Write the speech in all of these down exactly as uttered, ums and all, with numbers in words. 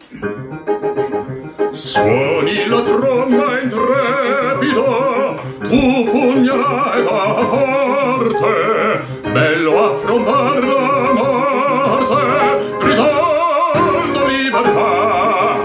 Suoni la tromba intrepida, tu pugna e va forte, bello affrontar la morte, gridando libertà.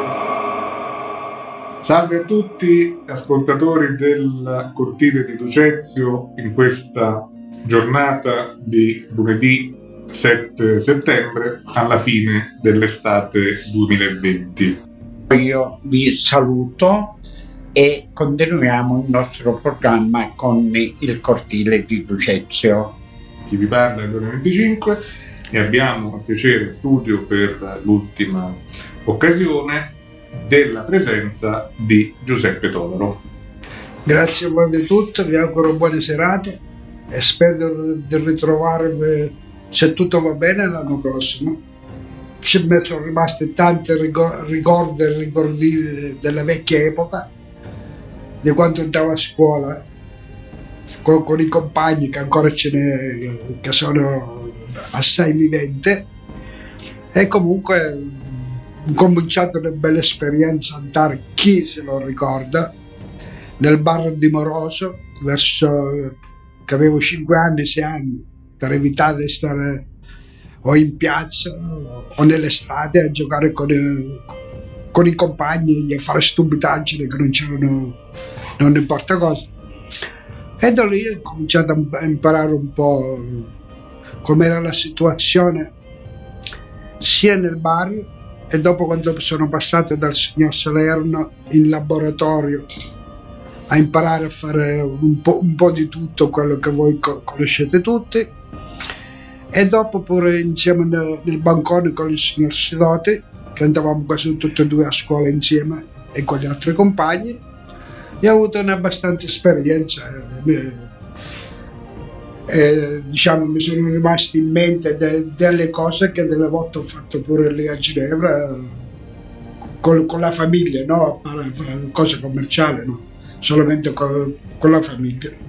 Salve a tutti ascoltatori del cortile di Ducezio in questa giornata di lunedì sette settembre, alla fine dell'estate duemilaventi. Io vi saluto e continuiamo il nostro programma con il cortile di Ducezio. Chi vi parla è Leone venticinque e abbiamo il piacere in studio per l'ultima occasione della presenza di Giuseppe Todaro. Grazie a voi di tutto, vi auguro buone serate e spero di ritrovarvi, se tutto va bene, l'anno prossimo. Ci sono rimaste tante ricordi e ricordi della vecchia epoca, di quando andavo a scuola con, con i compagni che ancora ce ne che sono assai viventi, e comunque ho cominciato una bella esperienza ad andare, chi se lo ricorda, nel bar di Moroso, verso che avevo cinque anni, sei anni, per evitare di stare o in piazza o nelle strade a giocare con, con i compagni e a fare stupidaggini che non c'erano, non importa cosa. E da lì ho cominciato a imparare un po' com'era la situazione sia nel bar, e dopo, quando sono passato dal signor Salerno in laboratorio a imparare a fare un po', un po' di tutto quello che voi conoscete tutti. E dopo pure insieme nel, nel bancone con il signor Sidoti, che andavamo quasi tutti e due a scuola insieme, e con gli altri compagni, e ho avuto un'abbastanza esperienza. E, e, diciamo, mi sono rimasti in mente de, delle cose che delle volte ho fatto pure lì a Ginevra con, con la famiglia, no? Cose commerciali, no? Solamente con, con la famiglia.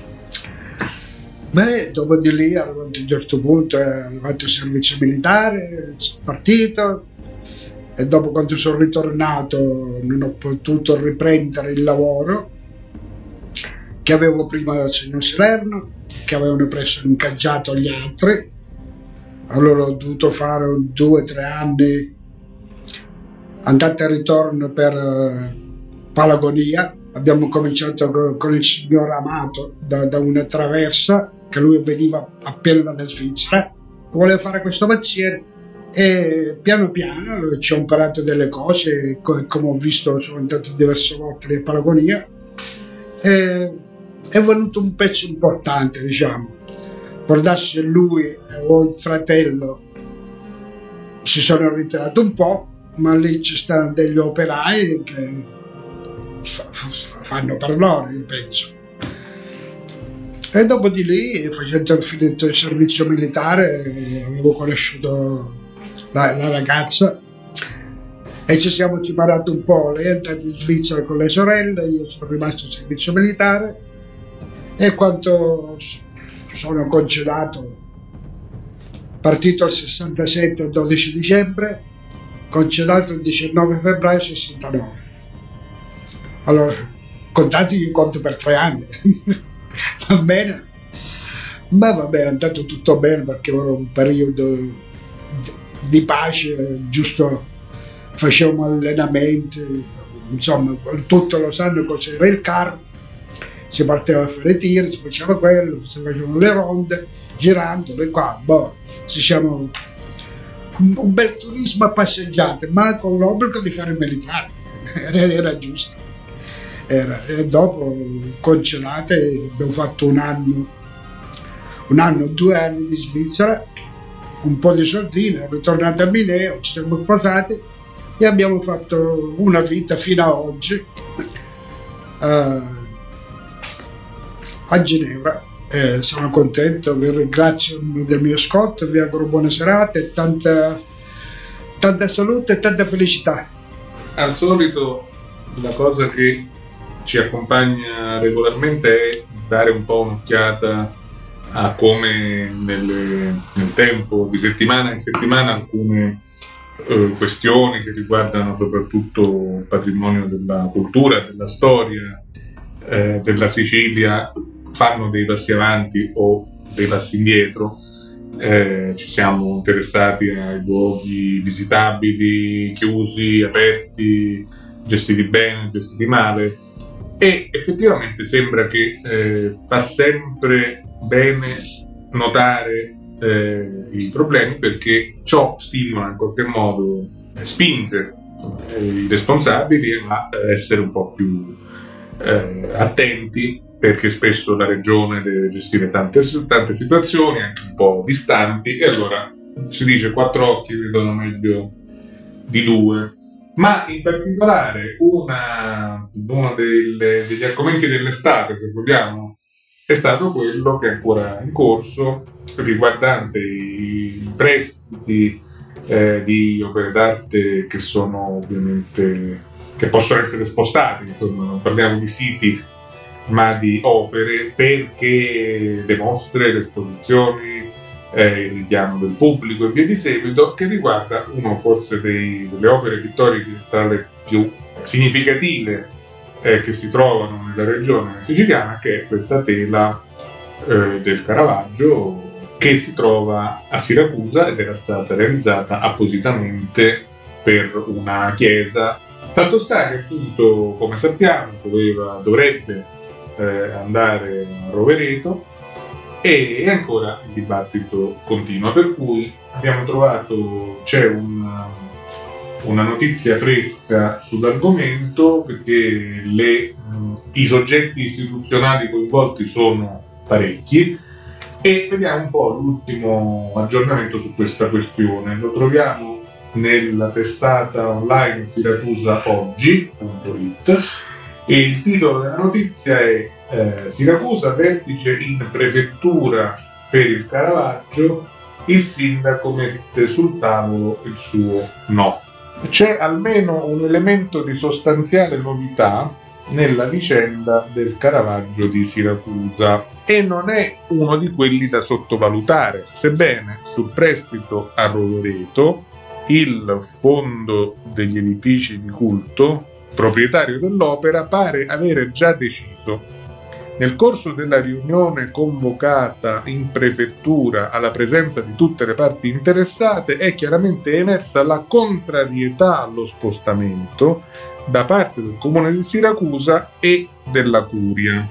Beh, dopo di lì, a un certo punto, è arrivato il servizio militare, sono partito, e dopo, quando sono ritornato, non ho potuto riprendere il lavoro che avevo prima dal signor Salerno, che avevano preso incaggiato gli altri. Allora ho dovuto fare due o tre anni andata e ritorno per Palagonia. Abbiamo cominciato con il signor Amato da, da una traversa, che lui veniva appena dalla Svizzera, voleva fare questo mestiere, e piano piano ci ho imparato delle cose, come ho visto sono andato diverse volte a Palagonia, e è venuto un pezzo importante, diciamo. Per darsi lui o il fratello si sono ritirati un po', ma lì ci stanno degli operai che fanno per loro, io penso. E dopo di lì, facendo finito il servizio militare, avevo conosciuto la, la ragazza e ci siamo separati un po'. Lei è andata in Svizzera con le sorelle, io sono rimasto in servizio militare, e quando sono congedato, partito il sessantasette, il dodici dicembre, congedato il diciannove febbraio sessantanove. Allora, contate io conto per tre anni. Va bene? Ma vabbè, è andato tutto bene, perché era un periodo di pace, giusto, facevamo allenamenti, insomma, tutto lo sanno cos'era il carro, si partiva a fare tiri, si faceva quello, si facevano le ronde, girando, e qua, boh, ci siamo un bel turismo a passeggiate, ma con l'obbligo di fare il militare, era, era giusto. Era. E dopo, congelate, abbiamo fatto un anno, un anno, due anni di Svizzera, un po' di soldini, ritornato a Mineo, ci siamo sposati e abbiamo fatto una vita fino a oggi uh, a Ginevra. Eh, sono contento, vi ringrazio del mio ascolto, vi auguro buone serate, tanta, tanta salute e tanta felicità. Al solito la cosa che ci accompagna regolarmente è dare un po' un'occhiata a come nelle, nel tempo, di settimana in settimana, alcune eh, questioni che riguardano soprattutto il patrimonio della cultura, della storia eh, della Sicilia, fanno dei passi avanti o dei passi indietro. Eh, ci siamo interessati ai luoghi visitabili, chiusi, aperti, gestiti bene, gestiti male, e effettivamente sembra che eh, fa sempre bene notare eh, i problemi, perché ciò stimola in qualche modo, spinge eh, i responsabili a essere un po' più eh, attenti, perché spesso la regione deve gestire tante, tante situazioni anche un po' distanti, e allora si dice quattro occhi vedono meglio di due. Ma in particolare una, uno delle, degli argomenti dell'estate, se vogliamo, è stato quello che è ancora in corso, riguardante i prestiti eh, di opere d'arte che sono ovviamente, che possono essere spostati, insomma, non parliamo di siti ma di opere, perché le mostre, le esposizioni, eh, il richiamo del pubblico e via di seguito, che riguarda uno forse dei, delle opere pittoriche tra le più significative eh, che si trovano nella regione siciliana, che è questa tela eh, del Caravaggio, che si trova a Siracusa ed era stata realizzata appositamente per una chiesa. Fatto sta che appunto, come sappiamo, doveva, dovrebbe eh, andare a Rovereto, e ancora il dibattito continua, per cui abbiamo trovato, c'è una, una notizia fresca sull'argomento, perché le, i soggetti istituzionali coinvolti sono parecchi, e vediamo un po' l'ultimo aggiornamento su questa questione. Lo troviamo nella testata online siracusa oggi punto it, e il titolo della notizia è eh, Siracusa, vertice in prefettura per il Caravaggio, il sindaco mette sul tavolo il suo no. C'è almeno un elemento di sostanziale novità nella vicenda del Caravaggio di Siracusa, e non è uno di quelli da sottovalutare, sebbene sul prestito a Rovereto il Fondo degli Edifici di Culto, proprietario dell'opera, pare avere già deciso. Nel corso della riunione convocata in prefettura alla presenza di tutte le parti interessate è chiaramente emersa la contrarietà allo spostamento da parte del comune di Siracusa e della Curia.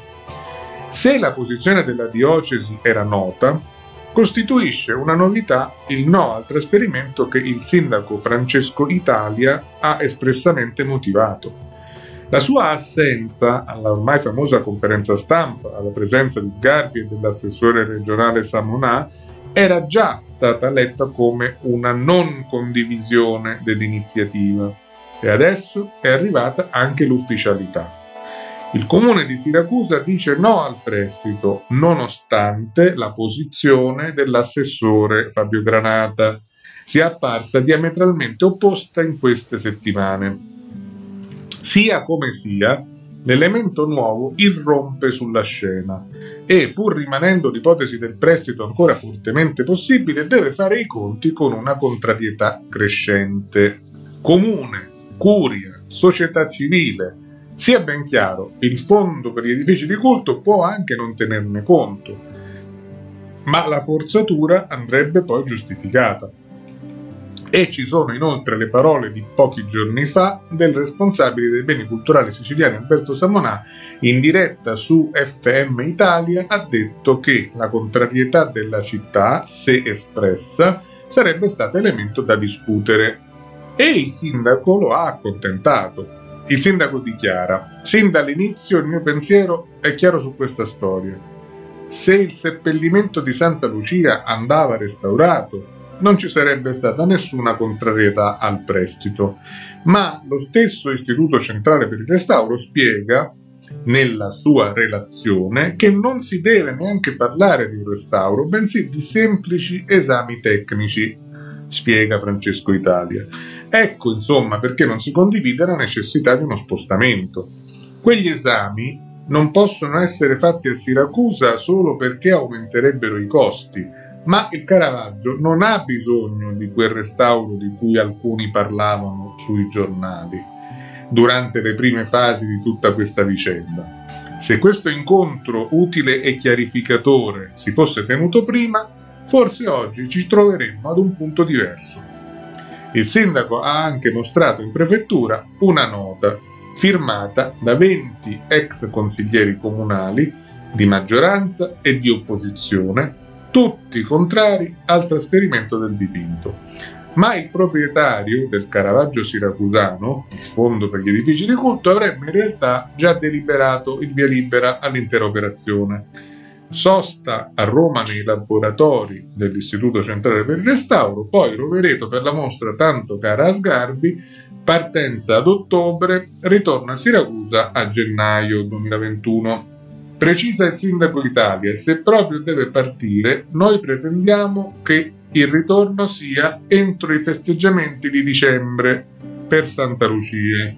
Se la posizione della diocesi era nota, costituisce una novità il no al trasferimento che il sindaco Francesco Italia ha espressamente motivato. La sua assenza alla ormai famosa conferenza stampa, alla presenza di Sgarbi e dell'assessore regionale Samonà, era già stata letta come una non condivisione dell'iniziativa, e adesso è arrivata anche l'ufficialità. Il comune di Siracusa dice no al prestito, nonostante la posizione dell'assessore Fabio Granata sia apparsa diametralmente opposta in queste settimane. Sia come sia, l'elemento nuovo irrompe sulla scena e, pur rimanendo l'ipotesi del prestito ancora fortemente possibile, deve fare i conti con una contrarietà crescente. Comune, curia, società civile, sia ben chiaro, il fondo per gli edifici di culto può anche non tenerne conto, ma la forzatura andrebbe poi giustificata. E ci sono inoltre le parole di pochi giorni fa del responsabile dei beni culturali siciliani Alberto Samonà. In diretta su F M Italia ha detto che la contrarietà della città, se espressa, sarebbe stata elemento da discutere, e il sindaco lo ha accontentato. Il sindaco dichiara: sin dall'inizio il mio pensiero è chiaro su questa storia. Se il seppellimento di Santa Lucia andava restaurato, non ci sarebbe stata nessuna contrarietà al prestito, ma lo stesso Istituto Centrale per il Restauro spiega nella sua relazione che non si deve neanche parlare di un restauro, bensì di semplici esami tecnici, spiega Francesco Italia. Ecco insomma perché non si condivide la necessità di uno spostamento. Quegli esami non possono essere fatti a Siracusa solo perché aumenterebbero i costi, Ma il Caravaggio non ha bisogno di quel restauro di cui alcuni parlavano sui giornali durante le prime fasi di tutta questa vicenda. Se questo incontro utile e chiarificatore si fosse tenuto prima, forse oggi ci troveremmo ad un punto diverso. Il sindaco ha anche mostrato in prefettura una nota firmata da venti ex consiglieri comunali di maggioranza e di opposizione, tutti contrari al trasferimento del dipinto. Ma il proprietario del Caravaggio siracusano, il Fondo per gli edifici di culto, avrebbe in realtà già deliberato il via libera all'intera operazione. Sosta a Roma nei laboratori dell'Istituto Centrale per il Restauro, poi Rovereto per la mostra tanto cara a Sgarbi, partenza ad ottobre, ritorno a Siracusa a gennaio duemilaventuno. Precisa il sindaco Italia: se proprio deve partire, noi pretendiamo che il ritorno sia entro i festeggiamenti di dicembre per Santa Lucia.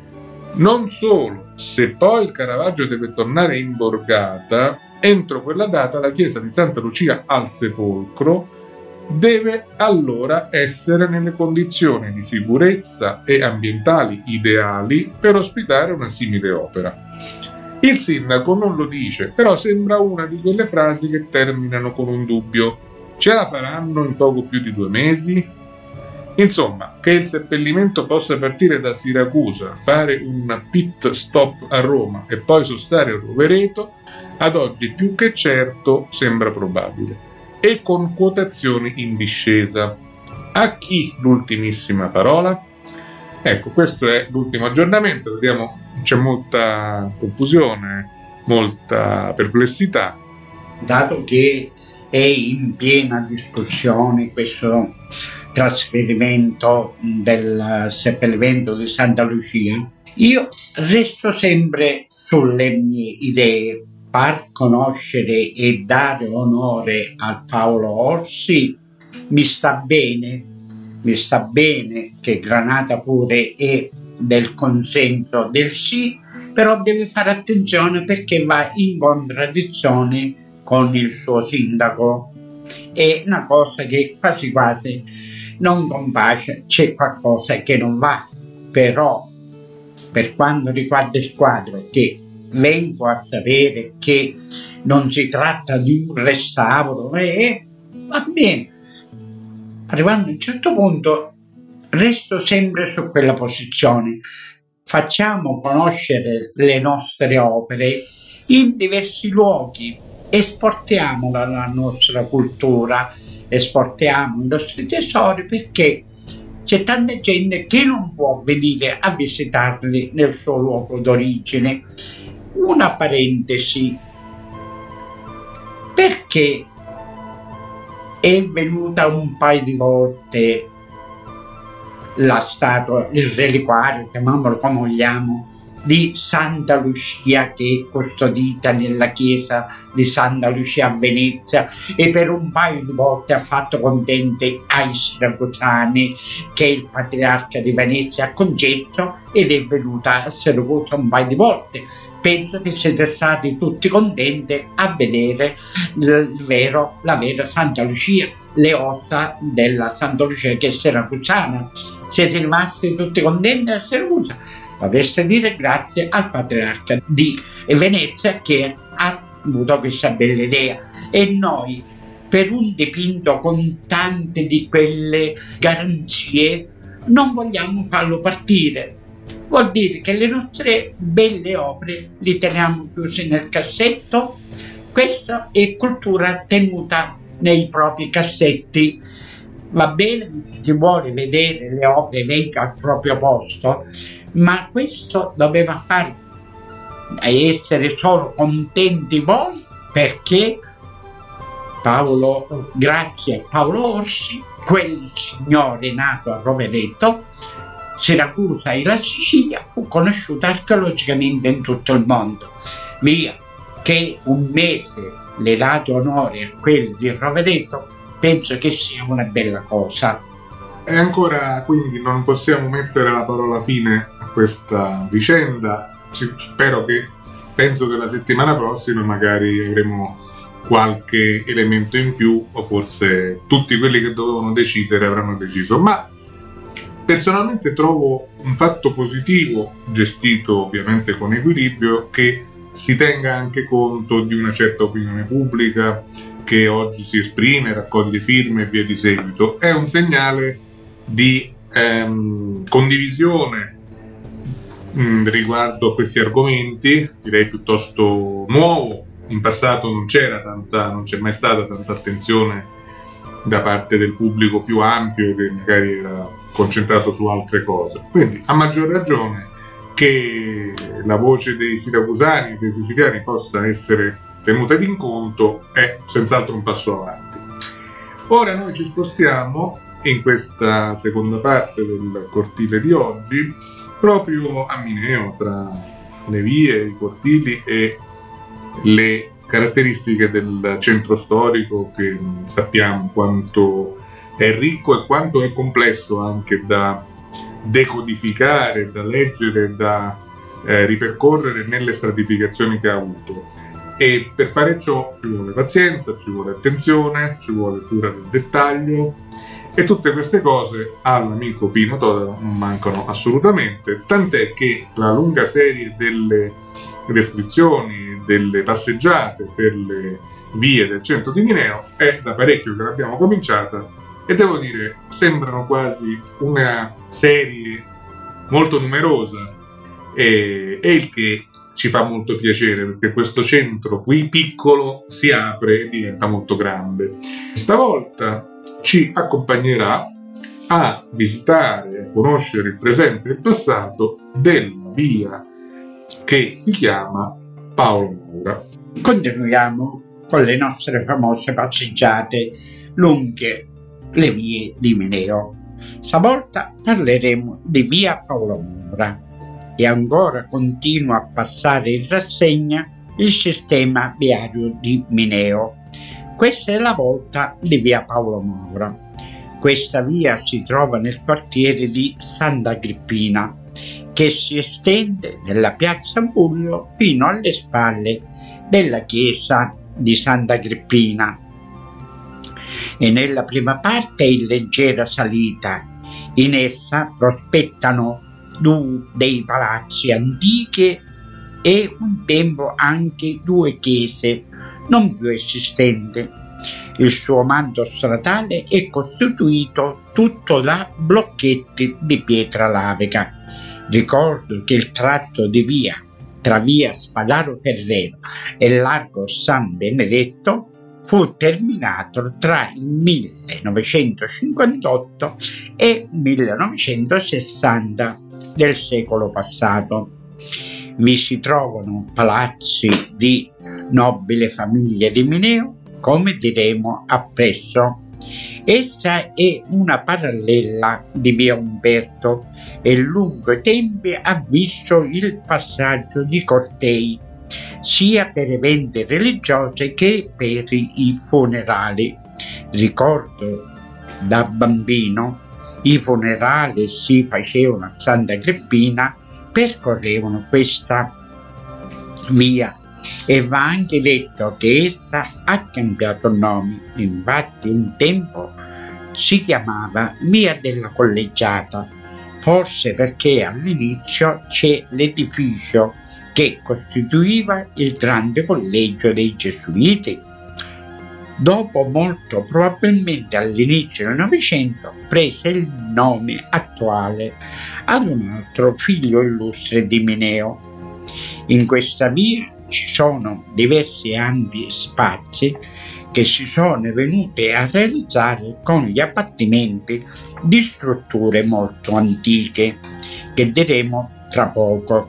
Non solo, se poi il Caravaggio deve tornare in borgata, entro quella data la chiesa di Santa Lucia al Sepolcro deve allora essere nelle condizioni di sicurezza e ambientali ideali per ospitare una simile opera. Il sindaco non lo dice, però sembra una di quelle frasi che terminano con un dubbio. Ce la faranno in poco più di due mesi? Insomma, che il seppellimento possa partire da Siracusa, fare un pit stop a Roma e poi sostare a Rovereto, ad oggi più che certo sembra probabile, e con quotazioni in discesa. A chi l'ultimissima parola? Ecco, questo è l'ultimo aggiornamento, vediamo, c'è molta confusione, molta perplessità. Dato che è in piena discussione questo trasferimento del seppellimento di Santa Lucia, io resto sempre sulle mie idee. Far conoscere e dare onore a Paolo Orsi mi sta bene, mi sta bene che Granata pure è del consenso del sì, però deve fare attenzione perché va in contraddizione con il suo sindaco. È una cosa che quasi quasi non compace, c'è qualcosa che non va. Però per quanto riguarda il quadro, che vengo a sapere che non si tratta di un restauro, eh, va bene. Arrivando a un certo punto resto sempre su quella posizione. Facciamo conoscere le nostre opere in diversi luoghi, esportiamo la, la nostra cultura, esportiamo i nostri tesori, perché c'è tanta gente che non può venire a visitarli nel suo luogo d'origine. Una parentesi: perché è venuta un paio di volte la statua, il reliquario, chiamiamolo come vogliamo, di Santa Lucia, che è custodita nella chiesa di Santa Lucia a Venezia, e per un paio di volte ha fatto contenti ai siracusani che il patriarca di Venezia ha concesso, ed è venuta a Siracusa un paio di volte. Penso che siete stati tutti contenti a vedere il vero, la vera Santa Lucia, le ossa della Santa Lucia che è siracusana. Siete rimasti tutti contenti a Siracusa? Dovreste dire grazie al patriarca di Venezia che ha avuto questa bella idea. E noi, per un dipinto con tante di quelle garanzie, non vogliamo farlo partire. Vuol dire che le nostre belle opere le teniamo chiuse nel cassetto. Questa è cultura tenuta nei propri cassetti. Va bene se chi vuole vedere le opere venga al proprio posto, ma questo doveva far essere solo contenti voi, perché Paolo, grazie a Paolo Orsi, quel signore nato a Rovereto, Siracusa e la Sicilia, fu conosciuta archeologicamente in tutto il mondo. Via che un mese le date onore a quelli di Rovereto, penso che sia una bella cosa. E ancora, quindi, non possiamo mettere la parola fine a questa vicenda. Spero che, penso che la settimana prossima magari avremo qualche elemento in più, o forse tutti quelli che dovevano decidere avranno deciso. Ma personalmente trovo un fatto positivo, gestito ovviamente con equilibrio, che si tenga anche conto di una certa opinione pubblica che oggi si esprime, raccoglie firme e via di seguito. È un segnale di ehm, condivisione mh, riguardo a questi argomenti, direi piuttosto nuovo. In passato non c'era tanta, non c'è mai stata tanta attenzione da parte del pubblico più ampio, che magari era concentrato su altre cose. Quindi a maggior ragione che la voce dei siracusani e dei siciliani possa essere tenuta in conto è senz'altro un passo avanti. Ora noi ci spostiamo in questa seconda parte del cortile di oggi proprio a Mineo, tra le vie, i cortili e le caratteristiche del centro storico, che sappiamo quanto è ricco e quanto è complesso anche da decodificare, da leggere, da eh, ripercorrere nelle stratificazioni che ha avuto. E per fare ciò ci vuole pazienza, ci vuole attenzione, ci vuole cura del dettaglio, e tutte queste cose all'amico Pino Todaro non mancano assolutamente, tant'è che la lunga serie delle descrizioni, delle passeggiate per le vie del centro di Mineo è da parecchio che l'abbiamo cominciata, e devo dire sembrano quasi una serie molto numerosa, e, e il che ci fa molto piacere, perché questo centro qui piccolo si apre e diventa molto grande. Stavolta ci accompagnerà a visitare, a conoscere il presente e il passato della via che si chiama Paolo Moura. Continuiamo con le nostre famose passeggiate lunghe le vie di Mineo. Stavolta parleremo di via Paolo Moura, e ancora continua a passare in rassegna il sistema viario di Mineo. Questa è la volta di via Paolo Moura. Questa via si trova nel quartiere di Sant'Agrippina, che si estende dalla piazza Bullo fino alle spalle della chiesa di Sant'Agrippina, e nella prima parte è in leggera salita. In essa prospettano due dei palazzi antichi e un tempo anche due chiese non più esistenti. Il suo manto stradale è costituito tutto da blocchetti di pietra lavica. Ricordo che il tratto di via tra via Spadaro Ferrero e largo San Benedetto fu terminato tra il millenovecentocinquantotto e il millenovecentosessanta del secolo passato. Vi si trovano palazzi di nobile famiglia di Mineo, come diremo appresso. Essa è una parallela di via Umberto e lungo tempi ha visto il passaggio di cortei sia per eventi religiosi che per i funerali. Ricordo da bambino i funerali si facevano a Sant'Agrippina, percorrevano questa via, e va anche detto che essa ha cambiato nome. Infatti un tempo si chiamava via della Collegiata, forse perché all'inizio c'è l'edificio che costituiva il grande collegio dei Gesuiti. Dopo, molto probabilmente all'inizio del Novecento, prese il nome attuale ad un altro figlio illustre di Mineo. In questa via ci sono diversi ampi spazi che si sono venuti a realizzare con gli abbattimenti di strutture molto antiche, che diremo tra poco.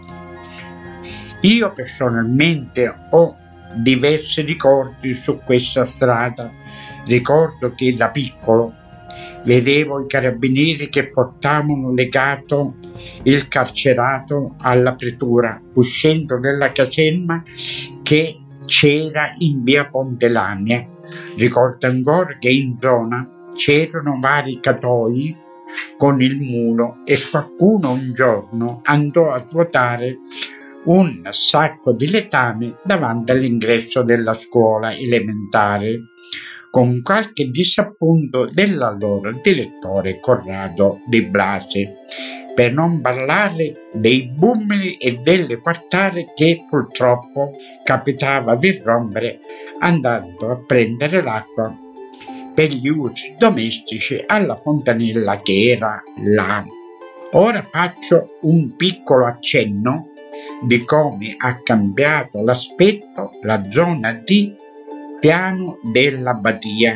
Io personalmente ho diversi ricordi su questa strada. Ricordo che da piccolo vedevo i carabinieri che portavano legato il carcerato alla pretura, uscendo dalla caserma che c'era in via Ponte Lamia. Ricordo ancora che in zona c'erano vari catoi con il mulo, e qualcuno un giorno andò a svuotare un sacco di letame davanti all'ingresso della scuola elementare, con qualche disappunto dell'allora direttore Corrado Di Blasi, per non parlare dei bumili e delle quartare che purtroppo capitava di rompere andando a prendere l'acqua per gli usi domestici alla fontanella che era là. Ora faccio un piccolo accenno di come ha cambiato l'aspetto la zona di Piano della Badia.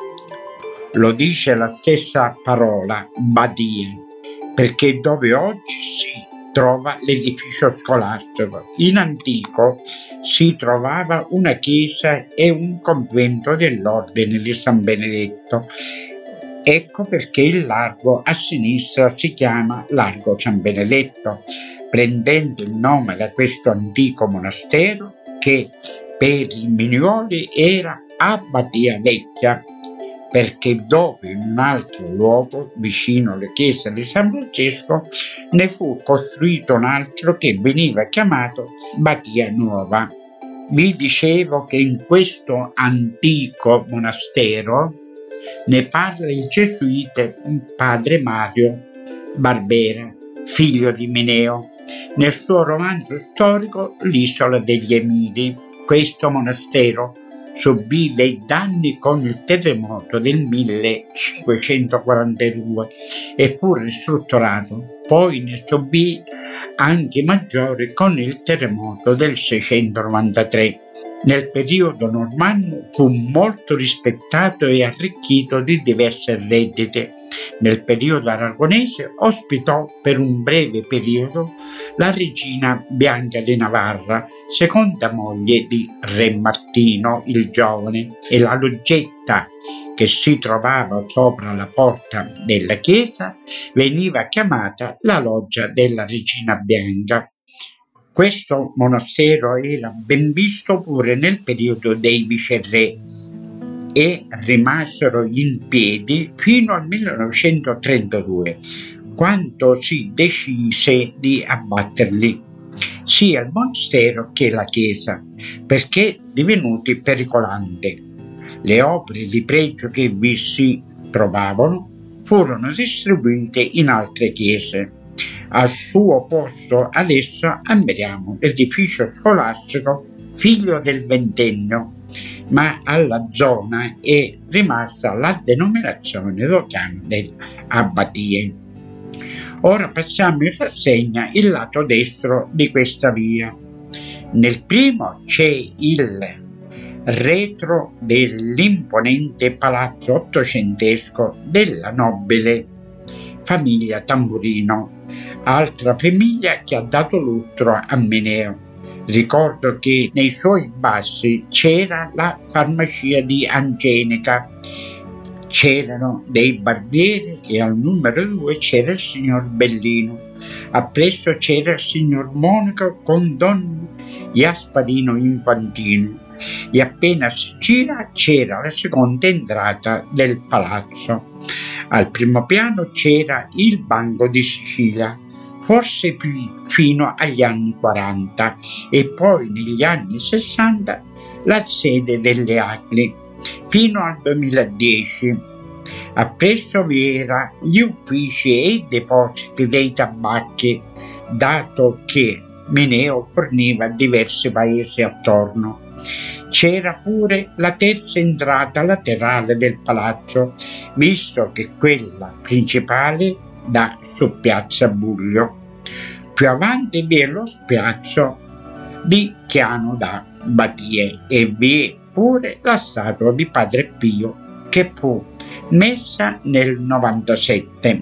Lo dice la stessa parola, Badia, perché dove oggi si trova l'edificio scolastico. In antico si trovava una chiesa e un convento dell'ordine di San Benedetto. Ecco perché il largo a sinistra si chiama Largo San Benedetto, prendendo il nome da questo antico monastero che per i Minioli era Abbadia Vecchia, perché dopo in un altro luogo vicino alla chiesa di San Francesco ne fu costruito un altro che veniva chiamato Badia Nuova. Vi dicevo che in questo antico monastero ne parla il gesuita padre Mario Barbera, figlio di Mineo, nel suo romanzo storico L'isola degli Emili. Questo monastero subì dei danni con il terremoto del millecinquecentoquarantadue e fu ristrutturato, poi ne subì anche maggiori con il terremoto del seicentonovantatré. Nel periodo normanno fu molto rispettato e arricchito di diverse reddite. Nel periodo aragonese ospitò per un breve periodo la regina Bianca di Navarra, seconda moglie di Re Martino il Giovane, e la loggetta che si trovava sopra la porta della chiesa veniva chiamata la loggia della regina Bianca. Questo monastero era ben visto pure nel periodo dei viceré e rimasero in piedi fino al millenovecentotrentadue, quando si decise di abbatterli, sia il monastero che la chiesa, perché divenuti pericolanti. Le opere di pregio che vi si trovavano furono distribuite in altre chiese. Al suo posto adesso ammiriamo l'edificio scolastico figlio del ventennio, ma alla zona è rimasta la denominazione locale delle abbadie. Ora passiamo in rassegna il lato destro di questa via. Nel primo c'è il retro dell'imponente palazzo ottocentesco della nobile famiglia Tamburino, altra famiglia che ha dato lustro a Mineo. Ricordo che nei suoi bassi c'era la farmacia di Angenica, c'erano dei barbieri e al numero due c'era il signor Bellino. Appresso c'era il signor Monaco con don Gasparino Infantino e appena si gira c'era la seconda entrata del palazzo. Al primo piano c'era il Banco di Sicilia, forse più fino agli anni quaranta, e poi negli anni sessanta la sede delle Acli fino al duemiladieci. Appresso vi erano gli uffici e i depositi dei tabacchi, dato che Mineo forniva diversi paesi attorno. C'era pure la terza entrata laterale del palazzo, visto che quella principale dà su Piazza Buglio. Più avanti vi è lo spiazzo di Chiano da Batie e vi è pure la statua di Padre Pio che fu messa nel novantasette.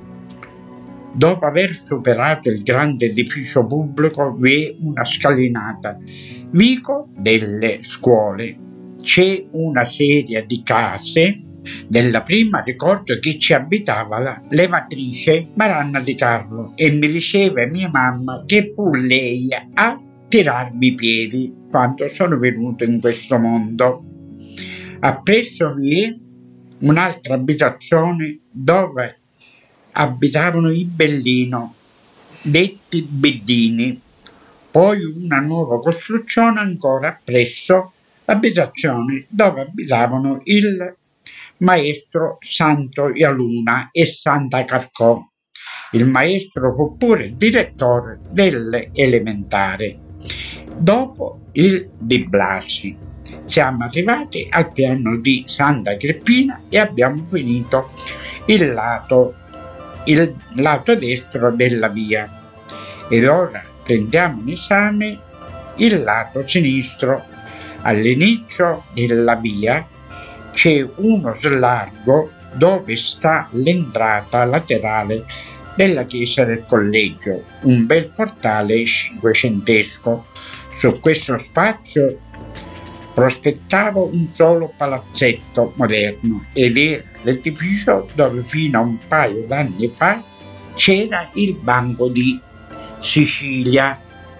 Dopo aver superato il grande edificio pubblico vi è una scalinata, vico delle scuole. C'è una serie di case. Della prima ricordo che ci abitava la levatrice Maranna Di Carlo e mi diceva mia mamma che fu lei a tirarmi i piedi quando sono venuto in questo mondo. Appresso vi è un'altra abitazione dove abitavano i Bellino, detti Beddini, poi una nuova costruzione ancora presso l'abitazione dove abitavano il maestro Santo Ialuna e Santa Carcò. Il maestro fu pure direttore delle elementari. Dopo il Di Blasi siamo arrivati al piano di Santa Agrippina e abbiamo finito il lato, il lato destro della via. Ed ora prendiamo in esame il lato sinistro. All'inizio della via c'è uno slargo dove sta l'entrata laterale della chiesa del collegio, un bel portale cinquecentesco. Su questo spazio prospettava un solo palazzetto moderno ed era l'edificio dove fino a un paio d'anni fa c'era il Banco di Sicilia.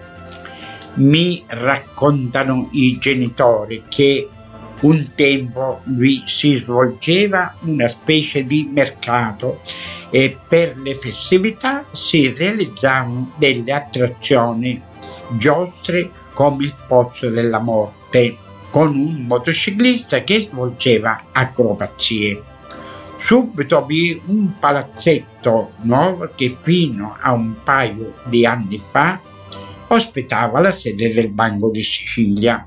Mi raccontano i genitori che un tempo vi si svolgeva una specie di mercato e per le festività si realizzavano delle attrazioni, giostre come il Pozzo della Morte, con un motociclista che svolgeva acrobazie. Subito vi un palazzetto nuovo che fino a un paio di anni fa ospitava la sede del Banco di Sicilia.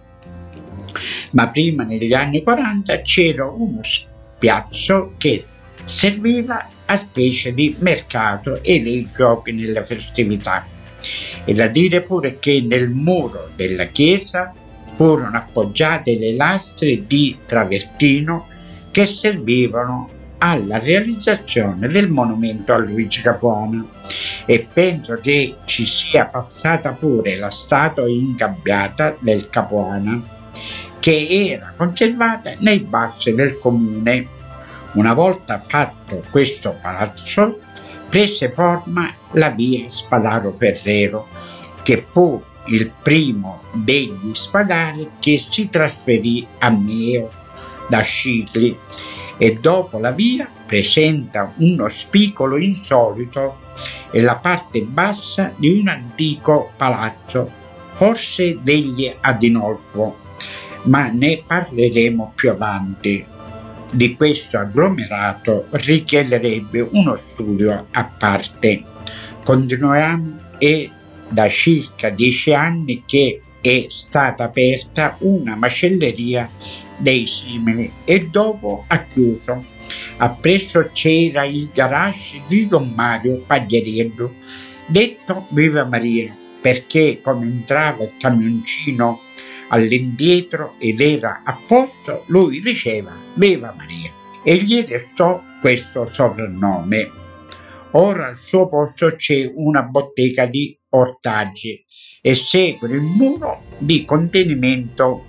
Ma prima, negli anni quaranta, c'era uno spiazzo che serviva a specie di mercato e dei giochi nelle festività. E da dire pure che nel muro della chiesa furono appoggiate le lastre di travertino che servivano alla realizzazione del monumento a Luigi Capuana, e penso che ci sia passata pure la statua ingabbiata del Capuana, che era conservata nei bassi del comune. Una volta fatto questo palazzo, prese forma la via Spadaro Ferrero, che fu il primo degli spadari che si trasferì a Meo da Scicli, e dopo la via presenta uno spicolo insolito e la parte bassa di un antico palazzo, forse degli Adinolfo, ma ne parleremo più avanti. Di questo agglomerato richiederebbe uno studio a parte. Continuiamo. È da circa dieci anni che è stata aperta una macelleria dei simili e dopo ha chiuso. Appresso c'era il garage di Don Mario Pagliariello, detto Viva Maria, perché come entrava il camioncino all'indietro ed era a posto, lui diceva Viva Maria e gli restò questo soprannome. Ora al suo posto c'è una bottega di ortaggi e segue il muro di contenimento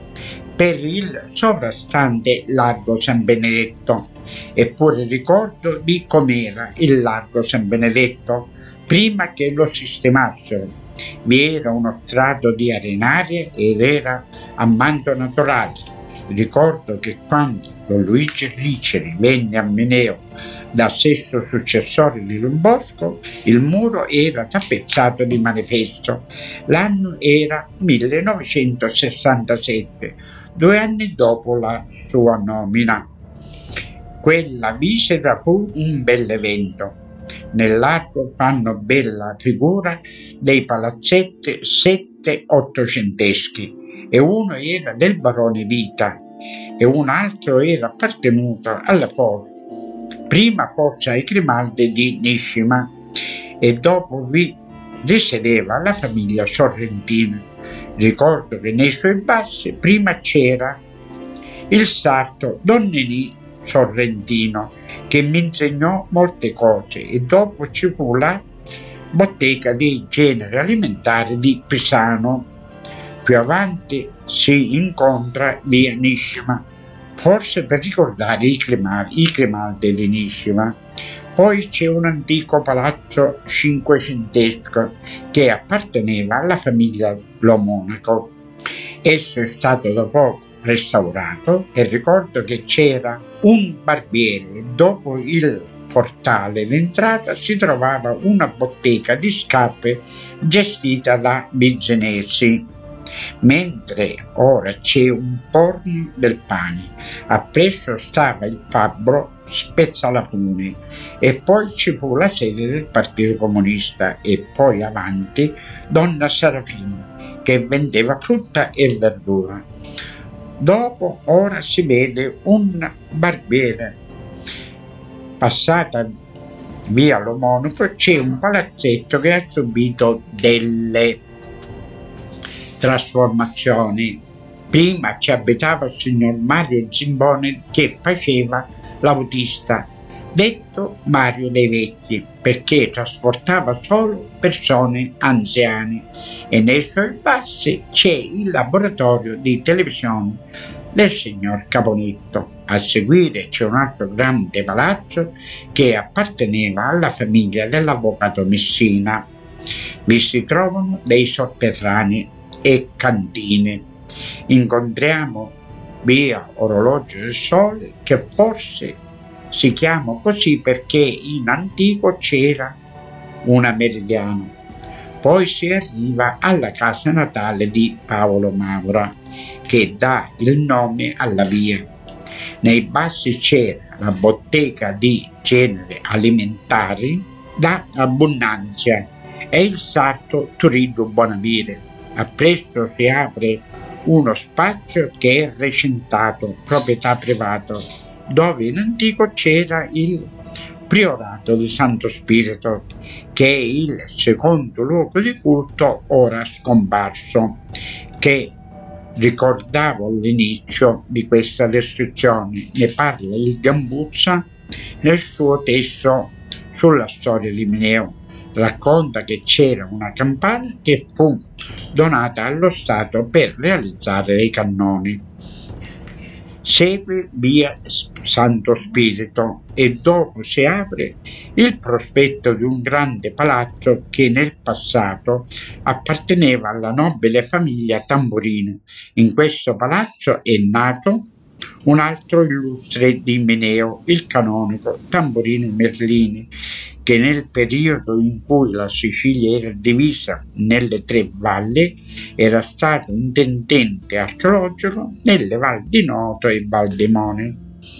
per il sovrastante Largo San Benedetto. Eppure ricordo di com'era il Largo San Benedetto prima che lo sistemassero. Vi era uno strato di arenarie ed era a manto naturale. Ricordo che quando Don Luigi Riceri venne a Mineo da stesso successore di Don Bosco, il muro era tappezzato di manifesto. L'anno era millenovecentosessantasette, due anni dopo la sua nomina. Quella visita fu un bell'evento. Nell'arco fanno bella figura dei palazzetti sette ottocenteschi, e uno era del barone Vita e un altro era appartenuto alla Polo, prima forse ai Grimaldi di Niscima, e dopo vi risiedeva la famiglia Sorrentina. Ricordo che nei suoi bassi prima c'era il sarto Don Ninì Sorrentino, che mi insegnò molte cose, e dopo ci fu la bottega dei generi alimentari di Pisano. Più avanti si incontra via Niscima, forse per ricordare i Grimaldi, i Grimaldi di Niscima. Poi c'è un antico palazzo cinquecentesco che apparteneva alla famiglia Lo Monaco. Esso è stato da poco restaurato e ricordo che c'era un barbiere dopo il portale d'entrata si trovava una bottega di scarpe gestita da bizenesi, mentre ora c'è un forno del pane. Appresso stava il fabbro Spezzalatuni e poi ci fu la sede del Partito Comunista e poi avanti Donna Serafina che vendeva frutta e verdura. Dopo ora si vede un barbiere. Passata via Lomonico c'è un palazzetto che ha subito delle trasformazioni. Prima ci abitava il signor Mario Zimboni che faceva l'autista, detto Mario dei Vecchi, perché trasportava solo persone anziane, e nei suoi passi c'è il laboratorio di televisione del signor Caponetto. A seguire c'è un altro grande palazzo che apparteneva alla famiglia dell'avvocato Messina. Vi si trovano dei sotterranei e cantine. Incontriamo via Orologio del Sole, che forse si chiama così perché in antico c'era una meridiana. Poi si arriva alla casa natale di Paolo Maura, che dà il nome alla via. Nei bassi c'era la bottega di generi alimentari da abbondanza e il sarto Turiddu Bonavire. Appresso si apre uno spazio che è recintato, proprietà privata, dove in antico c'era il priorato di Santo Spirito, che è il secondo luogo di culto ora scomparso, che ricordavo all'inizio di questa descrizione. Ne parla il Gambuzza nel suo testo sulla storia di Mineo. Racconta che c'era una campana che fu donata allo Stato per realizzare i cannoni. Segue via Santo Spirito e dopo si apre il prospetto di un grande palazzo che nel passato apparteneva alla nobile famiglia Tamburino. In questo palazzo è nato un altro illustre di Mineo, il canonico Tamburino Merlini, che nel periodo in cui la Sicilia era divisa nelle tre valli era stato intendente archeologico nelle Val di Noto e Val di Mone.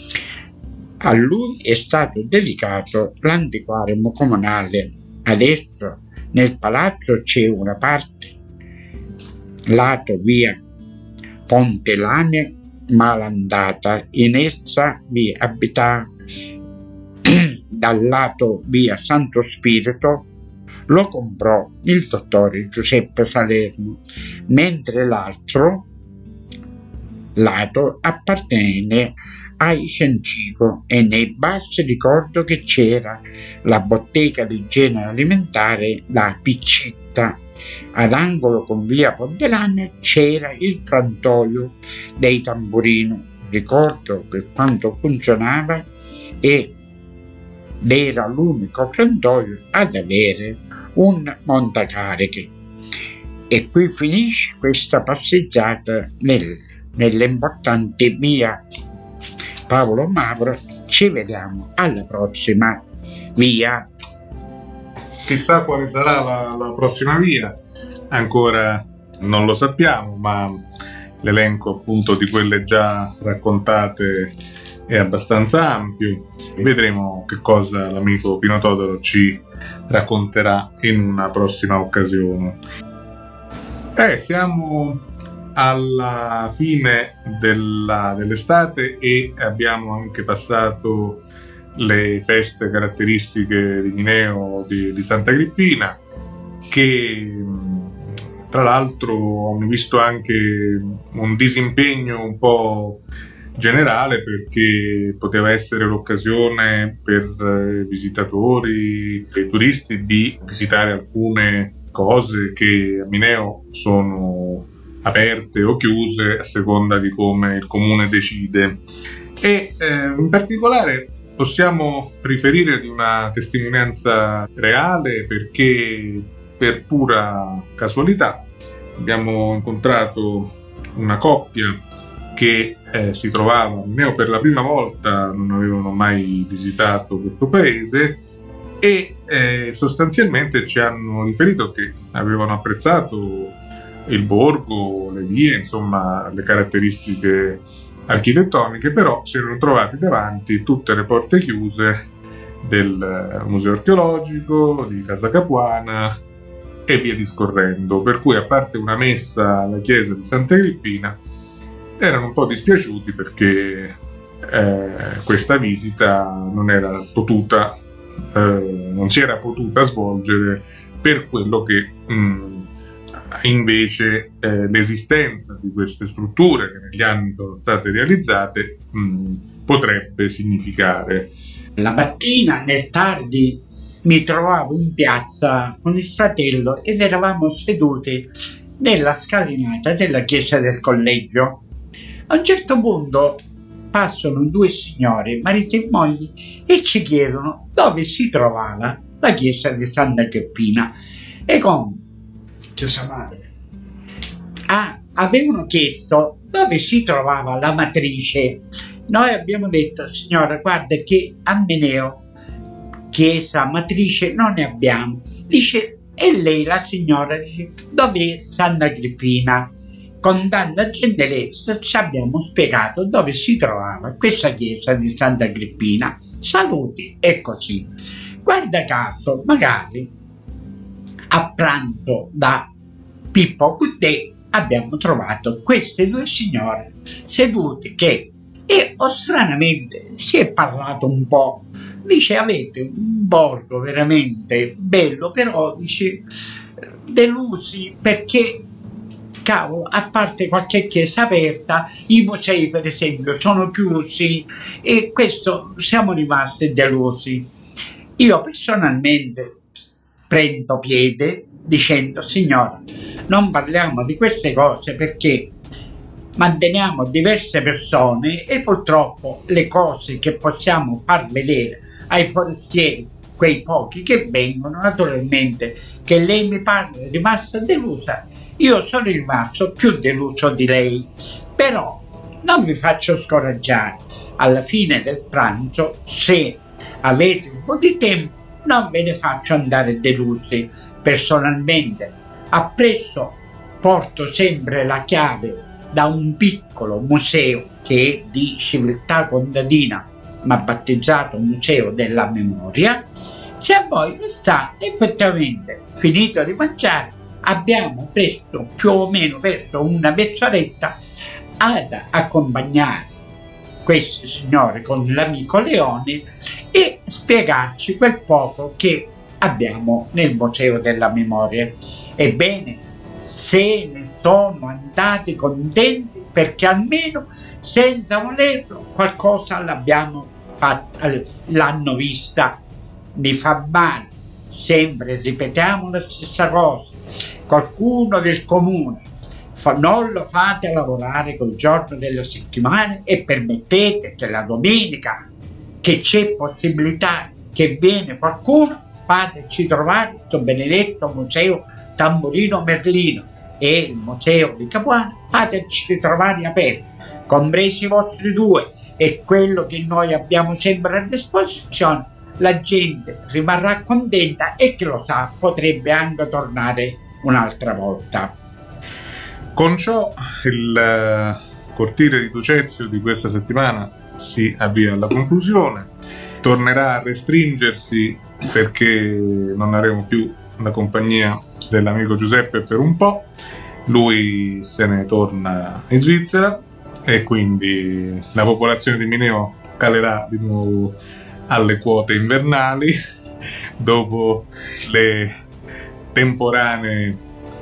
A lui è stato dedicato l'antiquarium comunale. Adesso nel palazzo c'è una parte lato via Ponte Lane malandata, in essa vi abitava dal lato via Santo Spirito. Lo comprò il dottore Giuseppe Salerno, mentre l'altro lato appartiene ai Cencico, e nei bassi ricordo che c'era la bottega di genere alimentare La Piccetta. Ad angolo con via Pontelano c'era il frantoio dei Tamburino. Ricordo che quando funzionava ed era l'unico frantoio ad avere un montacariche. E qui finisce questa passeggiata nel, nell'importante via Paolo Mauro. Ci vediamo alla prossima via. Chissà quale sarà la, la prossima via, ancora non lo sappiamo, ma l'elenco appunto di quelle già raccontate è abbastanza ampio. Vedremo che cosa l'amico Pino Todoro ci racconterà in una prossima occasione. Eh, siamo alla fine della, dell'estate e abbiamo anche passato le feste caratteristiche di Mineo di, di Santa Agrippina, che tra l'altro hanno visto anche un disimpegno un po' generale, perché poteva essere l'occasione per visitatori e turisti di visitare alcune cose che a Mineo sono aperte o chiuse a seconda di come il comune decide. E eh, in particolare possiamo riferire di una testimonianza reale, perché per pura casualità abbiamo incontrato una coppia che eh, si trovavano, almeno per la prima volta, non avevano mai visitato questo paese e eh, sostanzialmente ci hanno riferito che avevano apprezzato il borgo, le vie, insomma le caratteristiche architettoniche, però si erano trovati davanti tutte le porte chiuse del museo archeologico, di Casa Capuana e via discorrendo, per cui a parte una messa alla chiesa di Santa Agrippina erano un po' dispiaciuti perché eh, questa visita non era potuta eh, non si era potuta svolgere per quello che mh, invece eh, l'esistenza di queste strutture che negli anni sono state realizzate mh, potrebbe significare. La mattina nel tardi mi trovavo in piazza con il fratello ed eravamo seduti nella scalinata della chiesa del collegio. A un certo punto passano due signori, marito e moglie, e ci chiedono dove si trovava la chiesa di Santa Agrippina. E con Chiesa Madre. Ah, avevano chiesto dove si trovava la matrice. Noi abbiamo detto, signora, guarda che a Meneo chiesa matrice non ne abbiamo. Dice, e lei, la signora, dice, dov'è Santa Agrippina? Con tanta gentilezza ci abbiamo spiegato dove si trovava questa chiesa di Santa Agrippina. Saluti, e così. Guarda caso, magari a pranzo da Pippo Guttè abbiamo trovato queste due signore sedute che, e oh, stranamente si è parlato un po', dice avete un borgo veramente bello, però dice delusi perché cavolo, a parte qualche chiesa aperta, i musei per esempio sono chiusi e questo siamo rimasti delusi. Io personalmente prendo piede dicendo signora, non parliamo di queste cose perché manteniamo diverse persone e purtroppo le cose che possiamo far vedere ai forestieri, quei pochi che vengono, naturalmente che lei mi parla è rimasta delusa, io sono rimasto più deluso di lei, però non mi faccio scoraggiare. Alla fine del pranzo, se avete un po' di tempo, non ve ne faccio andare delusi. Personalmente appresso porto sempre la chiave da un piccolo museo che è di civiltà contadina ma battezzato Museo della Memoria. Se a voi sta effettivamente finito di mangiare, abbiamo preso più o meno perso una mezz'oretta ad accompagnare questi signori con l'amico Leone e spiegarci quel poco che abbiamo nel Museo della Memoria. Ebbene, se ne sono andati contenti perché almeno senza volerlo qualcosa l'abbiamo fatto, l'hanno vista. Mi fa male, sempre ripetiamo la stessa cosa, qualcuno del comune fa, non lo fate lavorare col giorno della settimana e permettete che la domenica che c'è possibilità che viene qualcuno, fateci trovare questo benedetto museo Tamburino Merlino e il museo di Capuana, fateci trovare aperti, compresi i vostri due e quello che noi abbiamo sempre a disposizione. La gente rimarrà contenta e chi lo sa potrebbe anche tornare un'altra volta. Con ciò il cortile di Ducezio di questa settimana si avvia alla conclusione, tornerà a restringersi perché non avremo più la compagnia dell'amico Giuseppe per un po', lui se ne torna in Svizzera e quindi la popolazione di Mineo calerà di nuovo alle quote invernali dopo le temporanee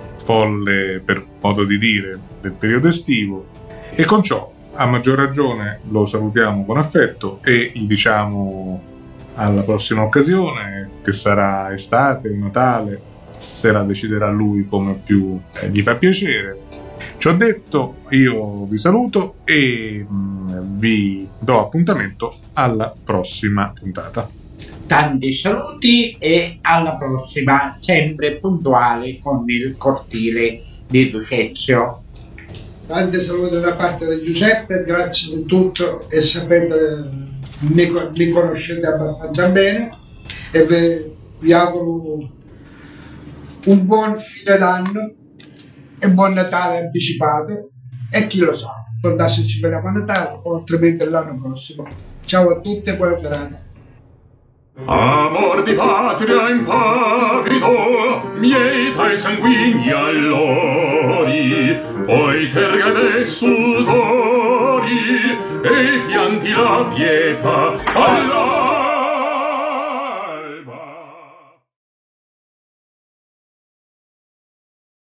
folle, per modo di dire, del periodo estivo, e con ciò a maggior ragione lo salutiamo con affetto e gli diciamo alla prossima occasione, che sarà estate, Natale, se la deciderà lui come più eh, gli fa piacere. Ciò detto, io vi saluto e mh, vi do appuntamento alla prossima puntata. Tanti saluti e alla prossima, sempre puntuale con il cortile di Ducezio. Tanti saluti da parte di Giuseppe, grazie di tutto e sapete, mi, mi conoscete abbastanza bene e vi, vi auguro un buon fine d'anno e buon Natale anticipato e chi lo sa, può darsi ci vediamo a Natale o altrimenti l'anno prossimo. Ciao a tutti e buona serata. Amor di patria impavido, miei tra i sanguigni allori, poi terga dei sudori e pianti la pietà alla